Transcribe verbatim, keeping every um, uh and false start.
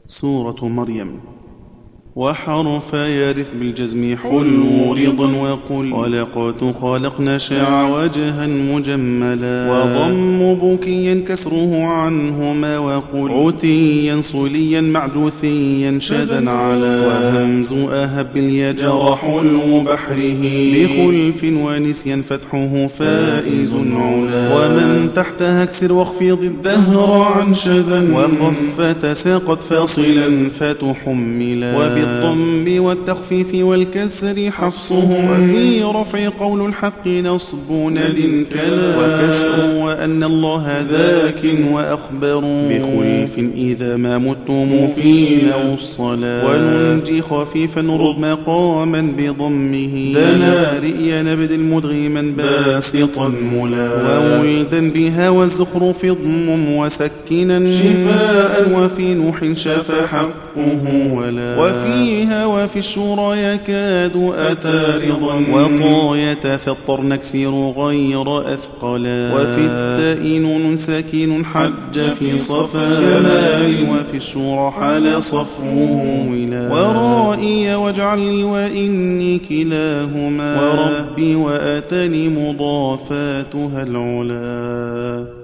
سورة مريم. وحرف يرث بالجزم حلو رضا وقل ولقد خلقنا شع وجها مجملا وضم بكيا كسره عنهما وقل عتيا صليا معجوثيا شذا على وهمز أهب اليجر حلو بحره لخلف ونسيا فتحه فائز علا ومن تحتها اكسر واخفض الدهر عن شذا وخفت ساقت فاصلا فتحملا بالضم والتخفيف والكسر حفصهم وفي رفع قول الحق نصب ند كلا وكسر وأن الله ذاك وأخبر بخلف إذا ما متم في لو الصلاة وننجي خفيفا رب مقاما بضمه دنا رئيا نبذ مدغما باسطا ملا وولدا بها والزخرف ضمم وسكنا شفاء وفي نوح شف حقه ولا وفيها وفي الشورى يكاد أتى رضا وطاية في الطر نكسر غير أثقلا وفي التاء نون ساكن حج في صفا كمال وفي الشورى حال صفوه ولا ورائي واجعل لي وإني كلاهما وربي وأتني مضافاتها العلا.